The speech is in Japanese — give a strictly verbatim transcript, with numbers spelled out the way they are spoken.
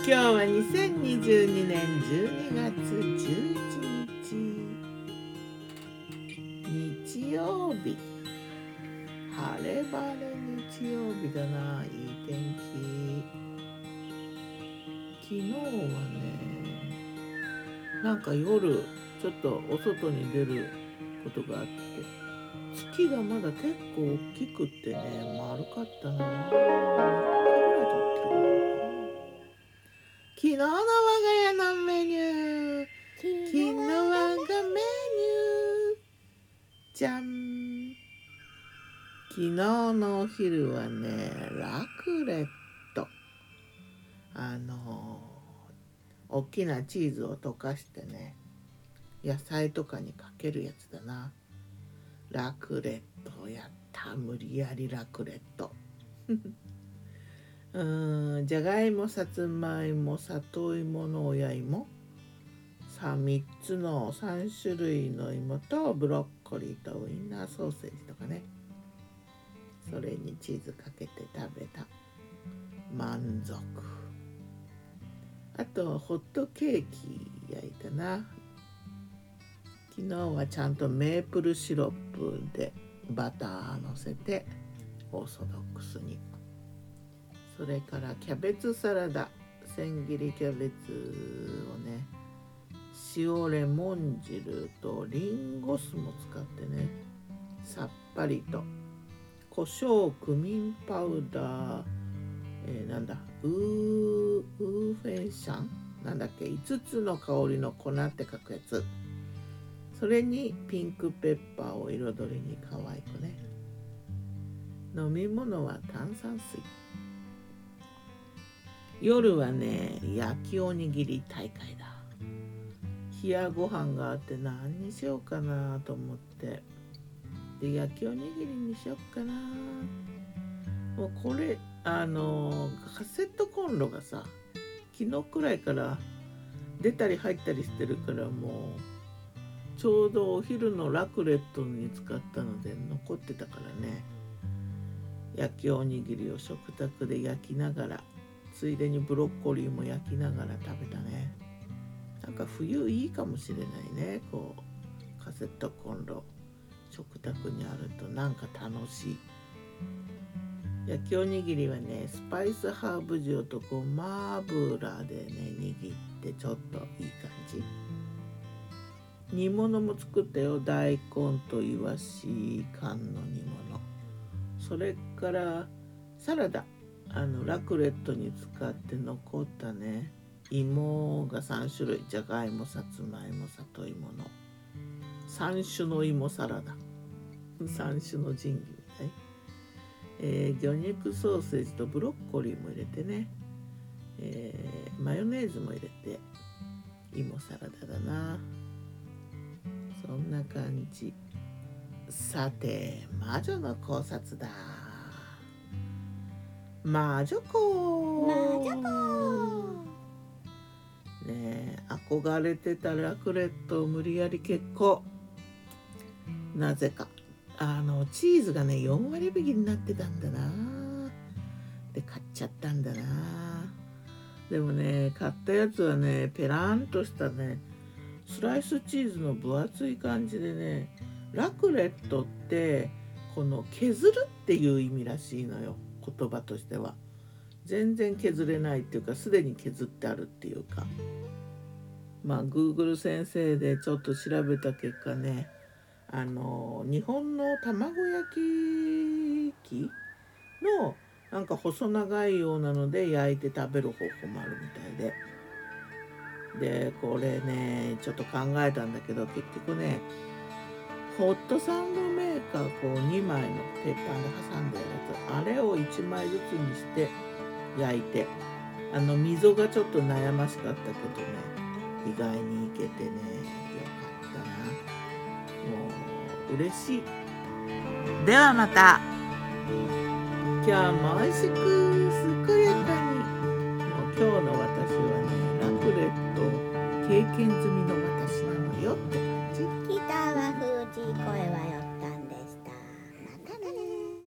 今日はにせんにじゅうにねんじゅうにがつじゅういちにち日曜日、晴れ晴れ日曜日だな。いい天気。昨日はね、なんか夜ちょっとお外に出ることがあって、月がまだ結構大きくってね、丸かったな。みっかぐらい経ってるかな。昨日の我が家のメニュー、昨日我がメニュー、じゃん。昨日のお昼はね、ラクレット。あのー、大きなチーズを溶かしてね、野菜とかにかけるやつだな。ラクレットをやった。無理やりラクレット。うーん、じゃがいも、さつまいも、里芋の親芋、さみっつのさんしゅるいの芋とブロッコリーとウインナーソーセージとかね、それにチーズかけて食べた。満足。あとホットケーキ焼いたな。昨日はちゃんとメープルシロップでバターのせてオーソドックスに。それからキャベツサラダ、千切りキャベツをね、塩レモン汁とリンゴ酢も使ってね、さっぱりと。胡椒、クミンパウダー、えー、なんだウーウーフェンシャンなんだっけ、いつつの香りの粉って書くやつ。それにピンクペッパーを彩りに可愛くね。飲み物は炭酸水。夜はね、焼きおにぎり大会だ。冷やご飯があって何にしようかなと思って、で焼きおにぎりにしようかな。もうこれあのカセットコンロがさ、昨日くらいから出たり入ったりしてるから、もうちょうどお昼のラクレットに使ったので残ってたからね、焼きおにぎりを食卓で焼きながら、ついでにブロッコリーも焼きながら食べたね。なんか冬いいかもしれないね。こうカセットコンロ食卓にあるとなんか楽しい。焼きおにぎりはね、スパイスハーブ塩とごま油でね握ってちょっといい感じ。煮物も作ったよ。大根とイワシ缶の煮物。それからサラダ、あのラクレットに使って残ったね、芋がさんしゅるい、じゃがいも、さつまいも、里芋のさん種の芋サラダ。さん種の神器みたい。えー、魚肉ソーセージとブロッコリーも入れてね、えー、マヨネーズも入れて芋サラダだな。そんな感じ。さて、魔女の考察だ。魔女子魔女子ねえ、憧れてたラクレットを無理やり決行。なぜかあのチーズがねよんわりびきになってたんだな。で買っちゃったんだな。でもね、買ったやつはね、ペランとしたねスライスチーズの分厚い感じでね、ラクレットってこの削るっていう意味らしいのよ、言葉としては。全然削れないっていうか、すでに削ってあるっていうか、まあ Google 先生でちょっと調べた結果ね、あの日本の卵焼き器のなんか細長いようなので焼いて食べる方法もあるみたいで、でこれねちょっと考えたんだけど、結局ね、ホットサンドメーカーこうにまいのペーパーで挟んでるやつ、あれをいちまいずつにして焼いて、あの溝がちょっと悩ましかったけどね、意外にいけてね、よかったな。もう嬉しい。ではまた。今日も美味しく健やかに。もう今日の私はね、ラクレット経験済みの私なのよって感じ。 北は富士、声はよ